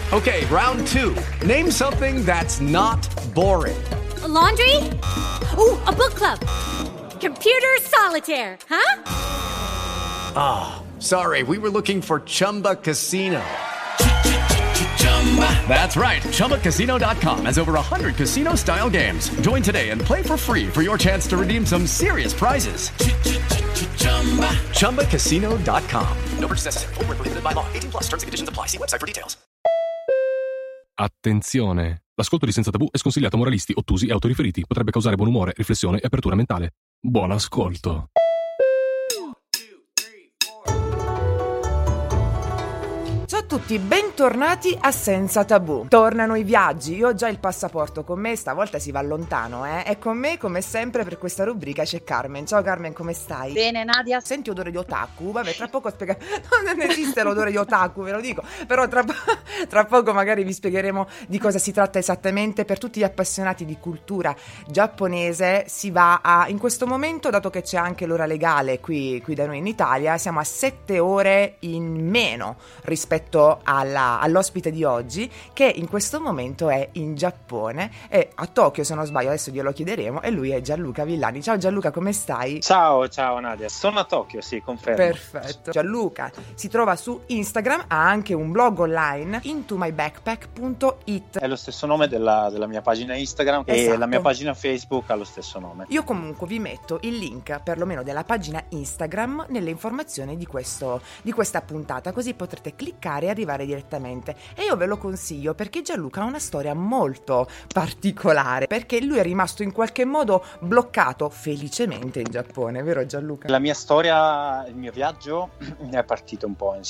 Okay, round 2. Name something that's not boring. A laundry? Ooh, a book club. Computer solitaire, huh? Ah, sorry, we were looking for Chumba Casino. That's right, ChumbaCasino.com has over 100 casino-style games. Join today and play for free for your chance to redeem some serious prizes. ChumbaCasino.com. No purchase necessary. Void where prohibited by law. 18+ terms and conditions apply. See website for details. Attenzione! L'ascolto di Senza Tabù è sconsigliato a moralisti, ottusi e autoriferiti. Potrebbe causare buon umore, riflessione e apertura mentale. Buon ascolto! Ciao a tutti, bentornati a Senza Tabù. Tornano i viaggi, io ho già il passaporto con me, stavolta si va lontano, E con me, come sempre, per questa rubrica c'è Carmen. Ciao Carmen, come stai? Bene, Nadia. Senti odore di otaku? Vabbè, tra poco non esiste l'odore di otaku, ve lo dico. Però tra poco magari vi spiegheremo di cosa si tratta esattamente. Per tutti gli appassionati di cultura giapponese si va in questo momento, dato che c'è anche l'ora legale qui da noi in Italia, siamo a 7 ore in meno rispetto all'ospite di oggi, che in questo momento è in Giappone, e a Tokyo se non sbaglio, adesso glielo chiederemo, e lui è Gianluca Villani. Ciao Gianluca, come stai? Ciao Nadia, sono a Tokyo, sì, confermo. Perfetto. Gianluca si trova su Instagram, ha anche un blog online, intomybackpack.it. È lo stesso nome della mia pagina Instagram, esatto. E la mia pagina Facebook ha lo stesso nome. Io comunque vi metto il link, perlomeno della pagina Instagram, nelle informazioni di questa puntata, così potrete cliccare e arrivare direttamente. E io ve lo consiglio perché Gianluca ha una storia molto particolare, perché lui è rimasto in qualche modo bloccato felicemente in Giappone, vero Gianluca? La mia storia, il mio viaggio è partito un po'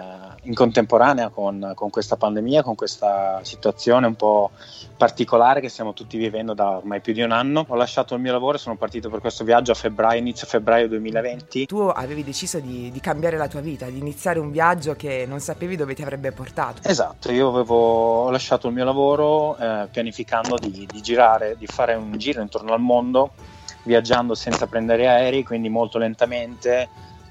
in contemporanea con questa pandemia, con questa situazione un po' particolare che stiamo tutti vivendo da ormai più di un anno. Ho lasciato il mio lavoro e sono partito per questo viaggio inizio febbraio 2020. Tu avevi deciso di cambiare la tua vita, di iniziare un viaggio che non sapevi dove ti avrebbe portato. Esatto, io ho lasciato il mio lavoro pianificando di girare, di fare un giro intorno al mondo, viaggiando senza prendere aerei, quindi molto lentamente,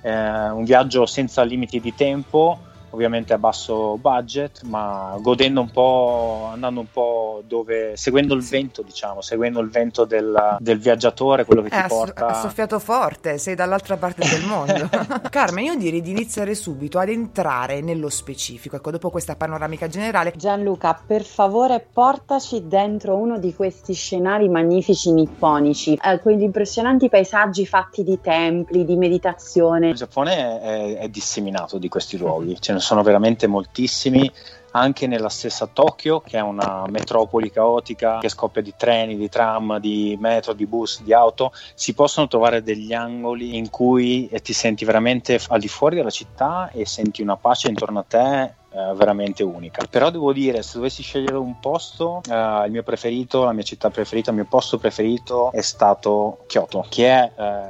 un viaggio senza limiti di tempo, ovviamente a basso budget, ma godendo un po', andando un po' dove, seguendo il vento, seguendo il vento del viaggiatore, quello che ti porta. Ha soffiato forte, sei dall'altra parte del mondo. Carmen, io direi di iniziare subito ad entrare nello specifico, ecco, dopo questa panoramica generale. Gianluca, per favore portaci dentro uno di questi scenari magnifici nipponici, con gli impressionanti paesaggi fatti di templi, di meditazione. Il Giappone è disseminato di questi luoghi, ce ne sono veramente moltissimi, anche nella stessa Tokyo, che è una metropoli caotica che scoppia di treni, di tram, di metro, di bus, di auto. Si possono trovare degli angoli in cui ti senti veramente al di fuori della città e senti una pace intorno a te veramente unica. Però devo dire, se dovessi scegliere un posto, il mio preferito, la mia città preferita, il mio posto preferito è stato Kyoto, che è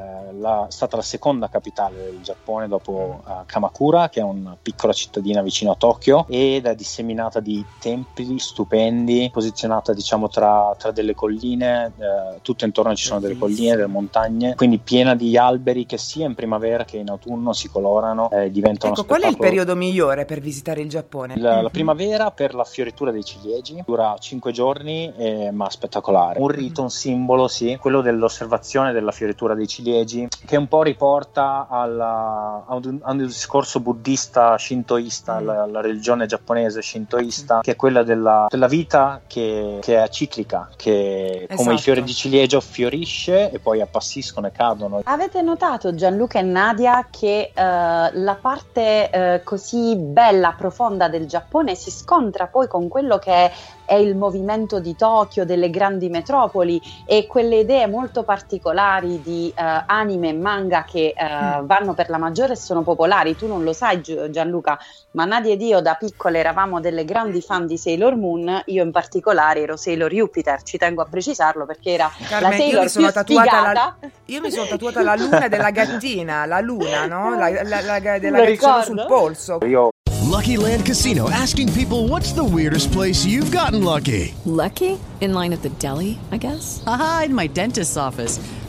stata la seconda capitale del Giappone dopo Kamakura, che è una piccola cittadina vicino a Tokyo, ed è disseminata di templi stupendi, posizionata tra delle colline, tutto intorno ci sono delle colline, delle montagne, quindi piena di alberi che sia in primavera che in autunno si colorano e diventano Ecco, qual è il periodo migliore per visitare il Giappone? La primavera per la fioritura dei ciliegi, dura 5 giorni, ma spettacolare. Un rito, un simbolo, sì, quello dell'osservazione della fioritura dei ciliegi, che un po' riporta a un discorso buddista shintoista, la religione giapponese shintoista, che è quella della vita che è ciclica, che come i fiori di ciliegio fiorisce e poi appassiscono e cadono. Avete notato, Gianluca e Nadia, che la parte così bella, profonda del Giappone si scontra poi con quello che è il movimento di Tokyo, delle grandi metropoli, e quelle idee molto particolari di anime e manga che vanno per la maggiore e sono popolari. Tu non lo sai, Gianluca, ma Nadia ed io da piccole eravamo delle grandi fan di Sailor Moon. Io in particolare ero Sailor Jupiter, ci tengo a precisarlo, perché era Carmen, la Sailor più sfigata. Io mi sono tatuata la luna della gattina, la luna, no? Della gattina sul polso. Lucky Land Casino, asking people, what's the weirdest place you've gotten lucky? Lucky? In line at the deli, I guess? Aha, in my dentist's office.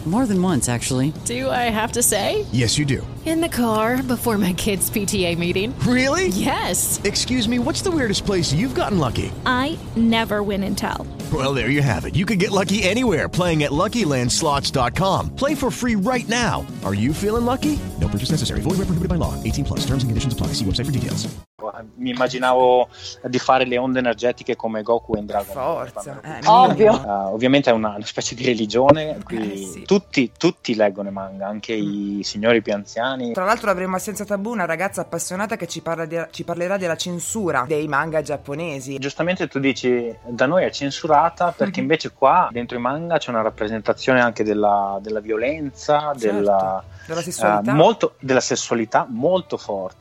More than once, actually. Do I have to say? Yes, you do. In the car before my kids' PTA meeting. Really? Yes. Excuse me, what's the weirdest place you've gotten lucky? I never win and tell. Well, there you have it. You can get lucky anywhere, playing at LuckyLandSlots.com. Play for free right now. Are you feeling lucky? No purchase necessary. Void where prohibited by law. 18+. Terms and conditions apply. See website for details. Mi immaginavo di fare le onde energetiche come Goku in Dragon Ball. Forza, Ovvio. Ovviamente è una specie di religione, qui sì. tutti leggono i manga, anche i signori più anziani. Tra l'altro avremo a Senza Tabù una ragazza appassionata che ci parlerà della censura dei manga giapponesi. Giustamente tu dici, da noi è censurata perché invece qua dentro i manga c'è una rappresentazione anche della violenza, Certo. Della sessualità. Della sessualità molto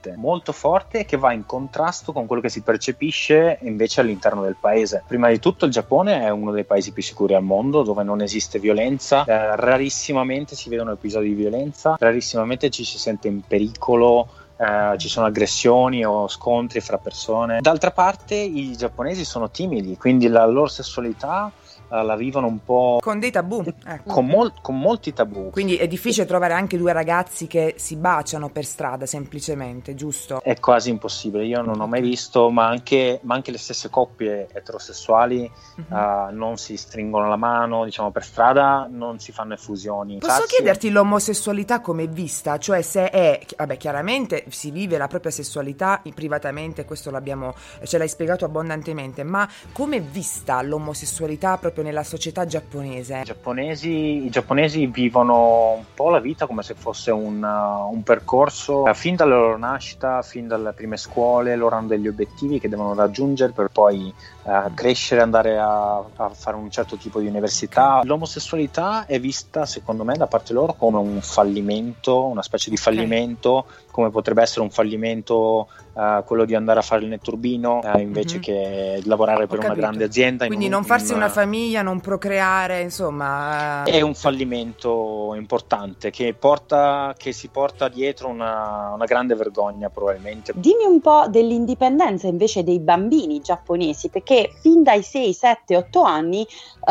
forte, che va in contrasto con quello che si percepisce invece all'interno del paese. Prima di tutto il Giappone è uno dei paesi più sicuri al mondo, dove non esiste violenza, rarissimamente si vedono episodi di violenza, rarissimamente ci si sente in pericolo, ci sono aggressioni o scontri fra persone. D'altra parte i giapponesi sono timidi, quindi la loro sessualità la vivono un po' con dei tabù, ecco. con molti tabù. Quindi è difficile trovare anche due ragazzi che si baciano per strada semplicemente, giusto? È quasi impossibile, io non ho mai visto, ma anche le stesse coppie eterosessuali non si stringono la mano, diciamo, per strada, non si fanno effusioni. Posso chiederti l'omosessualità come è vista? Cioè se è, vabbè, chiaramente si vive la propria sessualità privatamente, questo ce l'hai spiegato abbondantemente, ma come è vista l'omosessualità proprio nella società giapponese? I giapponesi vivono un po' la vita come se fosse un percorso fin dalla loro nascita, fin dalle prime scuole. Loro hanno degli obiettivi che devono raggiungere per poi crescere, andare a fare un certo tipo di università. L'omosessualità è vista, secondo me, da parte loro come un fallimento, una specie di fallimento, come potrebbe essere un fallimento quello di andare a fare il netturbino invece che lavorare per una grande azienda. Quindi non farsi una famiglia, non procreare, insomma. È un fallimento importante che si porta dietro una grande vergogna, probabilmente. Dimmi un po' dell'indipendenza invece dei bambini giapponesi, perché fin dai 6, 7, 8 anni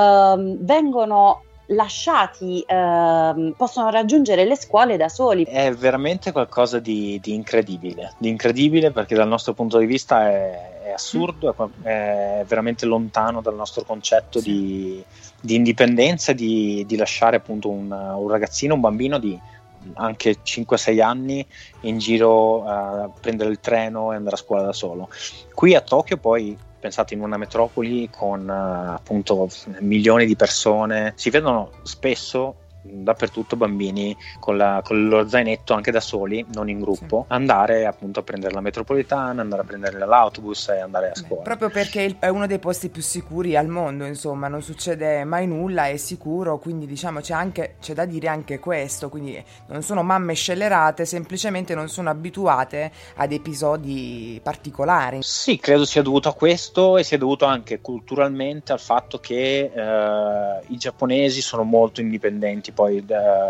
vengono lasciati, possono raggiungere le scuole da soli. È veramente qualcosa di incredibile, perché dal nostro punto di vista è assurdo, è veramente lontano dal nostro concetto di indipendenza, di lasciare appunto un ragazzino, un bambino di anche 5-6 anni in giro a prendere il treno e andare a scuola da solo. Qui a Tokyo poi, pensate, in una metropoli con appunto milioni di persone, si vedono spesso dappertutto bambini con il loro zainetto, anche da soli, non in gruppo, andare appunto a prendere la metropolitana, andare a prendere l'autobus e andare a scuola. Proprio perché è uno dei posti più sicuri al mondo, insomma, non succede mai nulla, è sicuro, quindi diciamo c'è da dire anche questo, quindi non sono mamme scellerate, semplicemente non sono abituate ad episodi particolari. Sì, credo sia dovuto a questo, e sia dovuto anche culturalmente al fatto che i giapponesi sono molto indipendenti, poi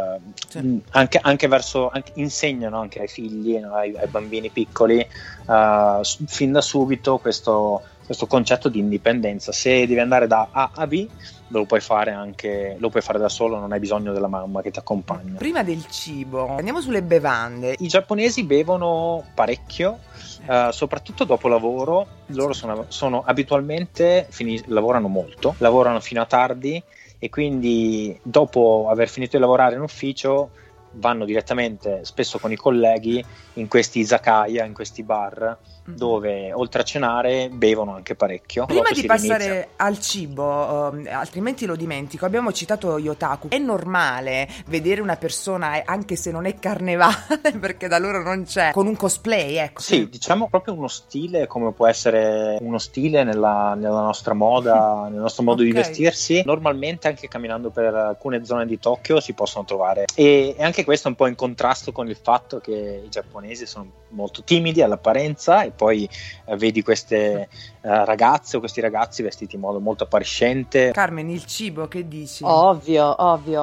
anche insegnano anche ai figli, no, ai bambini piccoli fin da subito questo concetto di indipendenza. Se devi andare da A a B lo puoi fare da solo, non hai bisogno della mamma che ti accompagna. Prima del cibo andiamo sulle bevande. I giapponesi bevono parecchio, soprattutto dopo lavoro. Loro sono abitualmente lavorano molto, lavorano fino a tardi, e quindi dopo aver finito di lavorare in ufficio vanno direttamente, spesso con i colleghi, in questi izakaya, in questi bar, dove oltre a cenare bevono anche parecchio. Prima di passare al cibo, altrimenti lo dimentico, abbiamo citato gli otaku. È normale vedere una persona, anche se non è carnevale, perché da loro non c'è, con un cosplay, ecco. Sì, diciamo proprio uno stile, come può essere uno stile nella nostra moda, nel nostro modo di vestirsi. Normalmente, anche camminando per alcune zone di Tokyo, si possono trovare, e anche anche questo è un po' in contrasto con il fatto che i giapponesi sono molto timidi all'apparenza, e poi vedi queste ragazze o questi ragazzi vestiti in modo molto appariscente. Carmen, il cibo, che dici? Ovvio.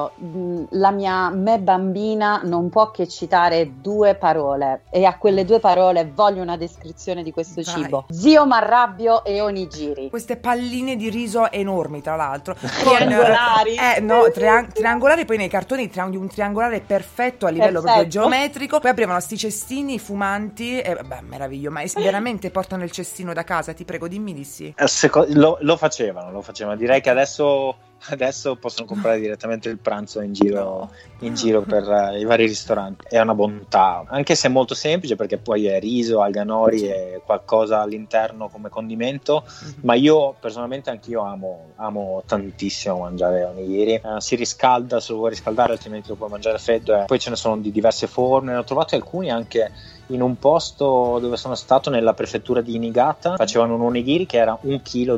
La mia me bambina non può che citare 2 parole, e a quelle 2 parole voglio una descrizione di questo cibo: zio Marrabbio e onigiri. Queste palline di riso enormi, tra l'altro, triangolari. Triangolari, poi nei cartoni un triangolare perfetto a livello proprio geometrico. Poi aprivano sti cestini fumanti e meraviglioso. Ma veramente portano il cestino da casa? Ti prego, dimmi di sì. Lo facevano. Direi che adesso possono comprare direttamente il pranzo in giro per i vari ristoranti. È una bontà, anche se è molto semplice, perché poi è riso, alga nori e qualcosa all'interno come condimento. Ma io personalmente anch'io amo tantissimo mangiare onigiri. Si riscalda se lo vuoi riscaldare, altrimenti lo puoi mangiare freddo. Poi ce ne sono di diverse forme, ne ho trovati alcuni anche in un posto dove sono stato, nella prefettura di Niigata. Facevano un onigiri che era 1 chilo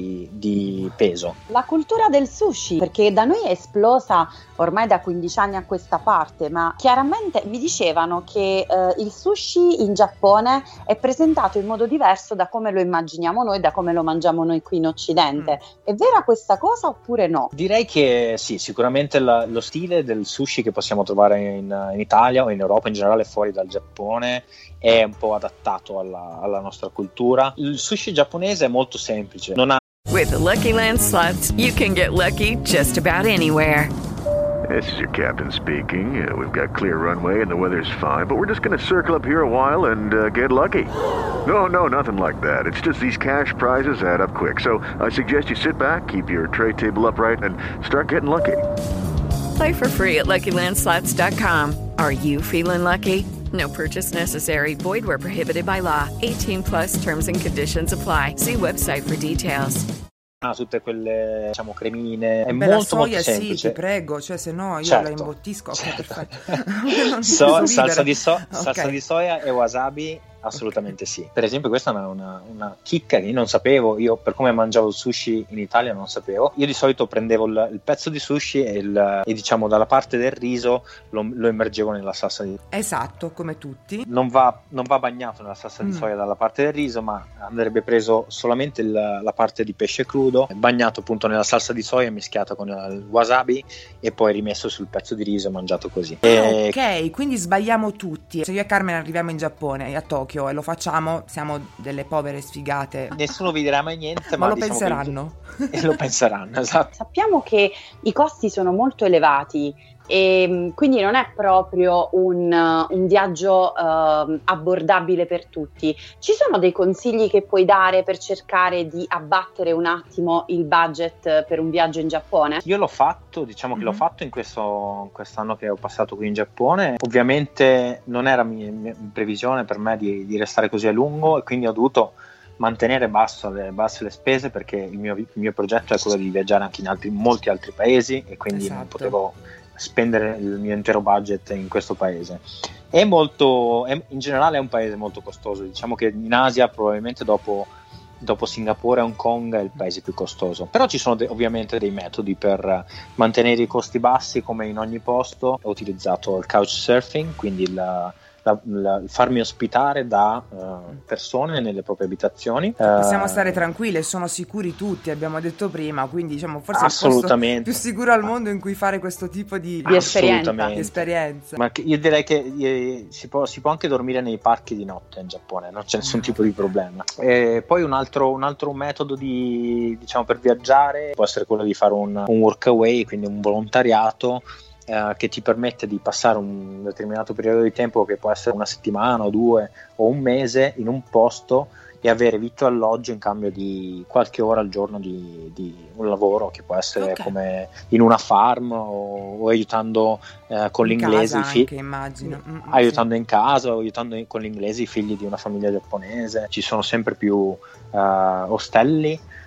di peso. La cultura del sushi, perché da noi è esplosa ormai da 15 anni a questa parte, ma chiaramente mi dicevano che il sushi in Giappone è presentato in modo diverso da come lo immaginiamo noi, da come lo mangiamo noi qui in Occidente. È vera questa cosa oppure no? Direi che sì, sicuramente lo stile del sushi che possiamo trovare in Italia o in Europa in generale, fuori dal Giappone, è un po' adattato alla nostra cultura. Il sushi giapponese è molto semplice, non ha. With the Lucky Land Slots, you can get lucky just about anywhere. This is your captain speaking. We've got clear runway and the weather's fine, but we're just going to circle up here a while and get lucky. No, nothing like that. It's just these cash prizes add up quick. So I suggest you sit back, keep your tray table upright, and start getting lucky. Play for free at LuckyLandSlots.com. Are you feeling lucky? No purchase necessary. Void where prohibited by law. 18 plus terms and conditions apply. See website for details. Tutte quelle, diciamo, cremine. È la molto soia, molto semplice. Sì, ti prego, cioè se no io la imbottisco. Perfetto. Salsa di soia e wasabi. Assolutamente sì. Per esempio, questa è una chicca che io non sapevo. Io, per come mangiavo il sushi in Italia, non sapevo. Io di solito prendevo il pezzo di sushi e diciamo dalla parte del riso lo immergevo nella salsa di. Esatto, come tutti. Non va bagnato nella salsa di soia dalla parte del riso, ma andrebbe preso solamente la parte di pesce crudo, bagnato appunto nella salsa di soia, mischiata con il wasabi e poi rimesso sul pezzo di riso e mangiato così. Ok, quindi sbagliamo tutti. Se io e Carmen arriviamo in Giappone, a Tokyo, e lo facciamo, siamo delle povere sfigate. Nessuno vi dirà mai niente, ma lo diciamo penseranno. E lo penseranno, esatto. Sappiamo che i costi sono molto elevati e quindi non è proprio un viaggio abbordabile per tutti. Ci sono dei consigli che puoi dare per cercare di abbattere un attimo il budget per un viaggio in Giappone? Io l'ho fatto, diciamo che l'ho fatto in quest'anno che ho passato qui in Giappone. Ovviamente non era mia previsione per me di restare così a lungo, e quindi ho dovuto mantenere basse le spese, perché il mio progetto è quello di viaggiare anche in molti altri paesi, e quindi non potevo spendere il mio intero budget in questo paese. In generale è un paese molto costoso. Diciamo che in Asia probabilmente dopo Singapore e Hong Kong è il paese più costoso, però ci sono ovviamente dei metodi per mantenere i costi bassi. Come in ogni posto, ho utilizzato il couchsurfing, quindi il farmi ospitare da persone nelle proprie abitazioni. Possiamo stare tranquilli, sono sicuri tutti, abbiamo detto prima, quindi diciamo forse assolutamente è il posto più sicuro al mondo in cui fare questo tipo di esperienza. Ma io direi che si può anche dormire nei parchi di notte in Giappone, non c'è nessun tipo di problema. E poi un altro metodo diciamo per viaggiare può essere quello di fare un workaway, quindi un volontariato che ti permette di passare un determinato periodo di tempo, che può essere una settimana o 2 o un mese, in un posto, e avere vitto e alloggio in cambio di qualche ora al giorno di un lavoro, che può essere come in una farm o aiutando con l'inglese aiutando in casa, o aiutando con l'inglese i figli di una famiglia giapponese. Ci sono sempre più ostelli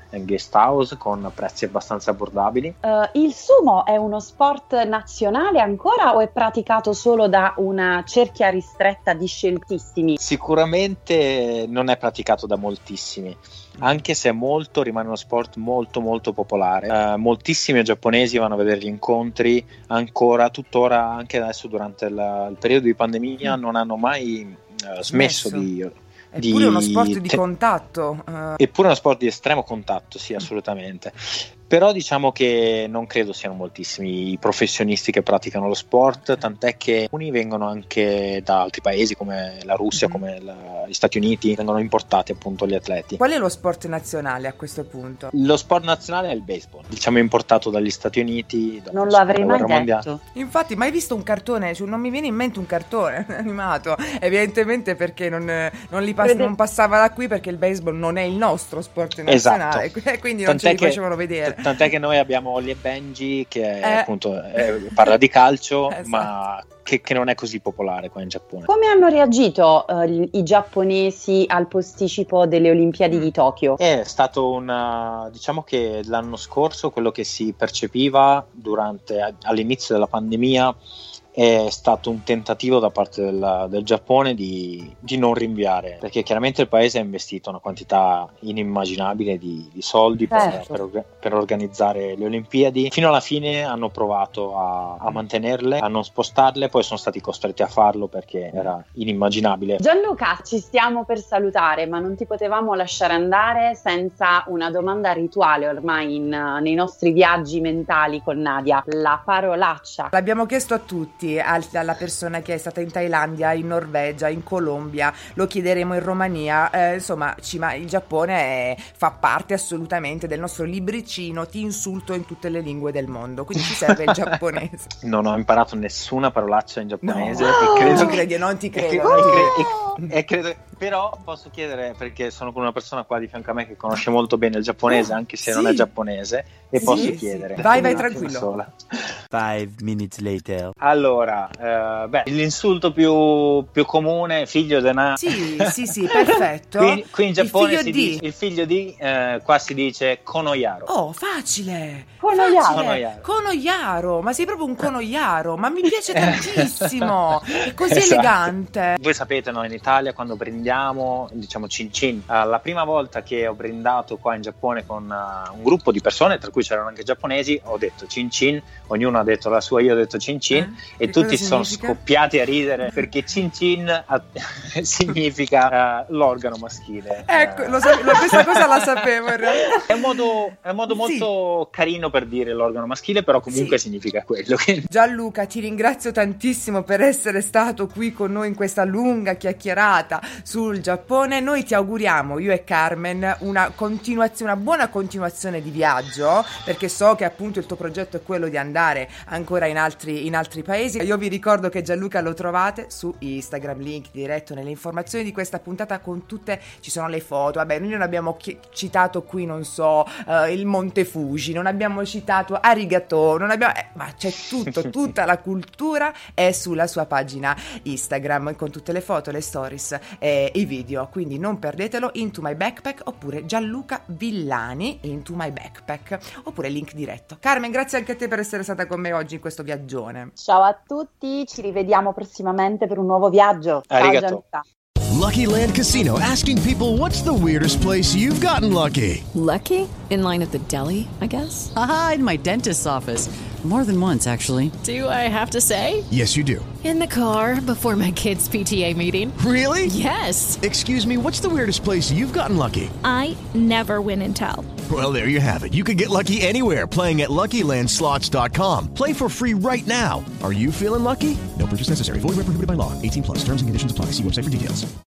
guest house con prezzi abbastanza abbordabili. Il sumo è uno sport nazionale ancora o è praticato solo da una cerchia ristretta di sceltissimi? Sicuramente non è praticato da moltissimi, anche se rimane uno sport molto molto popolare. Moltissimi giapponesi vanno a vedere gli incontri ancora, tuttora, anche adesso durante il periodo di pandemia non hanno mai smesso di... Eppure uno sport di contatto. Eppure uno sport di estremo contatto, sì, assolutamente. Però diciamo che non credo siano moltissimi i professionisti che praticano lo sport, tant'è che alcuni vengono anche da altri paesi come la Russia, come gli Stati Uniti, vengono importati appunto gli atleti. Qual è lo sport nazionale a questo punto? Lo sport nazionale è il baseball, diciamo importato dagli Stati Uniti. Non lo avrei mai detto. Infatti, mai visto un cartone? Cioè, non mi viene in mente un cartone animato, evidentemente perché non passava da qui, perché il baseball non è il nostro sport nazionale, esatto. Quindi non ce li facevano vedere. Tant'è che noi abbiamo Holly e Benji che appunto parla di calcio, esatto. Ma che non è così popolare qua in Giappone. Come hanno reagito i giapponesi al posticipo delle Olimpiadi di Tokyo? È stato diciamo che l'anno scorso quello che si percepiva all'inizio della pandemia è stato un tentativo da parte del Giappone di non rinviare, perché chiaramente il paese ha investito una quantità inimmaginabile di soldi per organizzare le Olimpiadi. Fino alla fine hanno provato a mantenerle, a non spostarle, poi sono stati costretti a farlo perché era inimmaginabile. Gianluca, ci stiamo per salutare, ma non ti potevamo lasciare andare senza una domanda rituale ormai nei nostri viaggi mentali con Nadia, la parolaccia. L'abbiamo chiesto a tutti, alla persona che è stata in Thailandia, in Norvegia, in Colombia, lo chiederemo in Romania, insomma il Giappone fa parte assolutamente del nostro libricino ti insulto in tutte le lingue del mondo, quindi ci serve il giapponese. Non ho imparato nessuna parolaccia in giapponese, no, non ti credo. Però posso chiedere, perché sono con una persona qua di fianco a me che conosce molto bene il giapponese, anche se non è giapponese, e posso chiedere. Vai tranquillo. 5 minutes later. Allora, l'insulto più comune, figlio di una... Sì, perfetto. Qui in Giappone il figlio di, qua si dice konoyaro. Oh, facile. Konoyaro, ma sei proprio un konoyaro, ma mi piace tantissimo, è così elegante. Voi sapete, no, in Italia quando brindiamo diciamo cin cin. La prima volta che ho brindato qua in Giappone con un gruppo di persone, tra cui c'erano anche giapponesi, ho detto cin cin, ognuno ha detto la sua, io ho detto cin cin, e tutti sono scoppiati a ridere perché cin cin significa l'organo maschile. Ecco, questa cosa la sapevo in realtà. È un modo molto carino per dire l'organo maschile, però comunque significa quello. Gianluca, ti ringrazio tantissimo per essere stato qui con noi in questa lunga chiacchierata sul Giappone. Noi ti auguriamo, io e Carmen, una buona continuazione di viaggio, perché so che appunto il tuo progetto è quello di andare ancora in altri paesi. Io vi ricordo che Gianluca lo trovate su Instagram, link diretto nelle informazioni di questa puntata con tutte, ci sono le foto. Vabbè, noi non abbiamo citato qui, non so, il Monte Fuji, non abbiamo citato Arigato, ma c'è tutta la cultura è sulla sua pagina Instagram con tutte le foto, le stories e i video, quindi non perdetelo. Into My Backpack oppure Gianluca Villani Into My Backpack, oppure link diretto. Carmen, grazie anche a te per essere stata con me oggi in questo viaggione. Ciao a tutti, ci rivediamo prossimamente per un nuovo viaggio. Ciao Gianluca. Lucky Land Casino, asking people, what's the weirdest place you've gotten lucky? Lucky? In line at the deli, I guess? Aha, in my dentist's office. More than once, actually. Do I have to say? Yes, you do. In the car before my kids' PTA meeting. Really? Yes. Excuse me, what's the weirdest place you've gotten lucky? I never win and tell. Well, there you have it. You can get lucky anywhere, playing at LuckyLandSlots.com. Play for free right now. Are you feeling lucky? No purchase necessary. Void where prohibited by law. 18+. Terms and conditions apply. See website for details.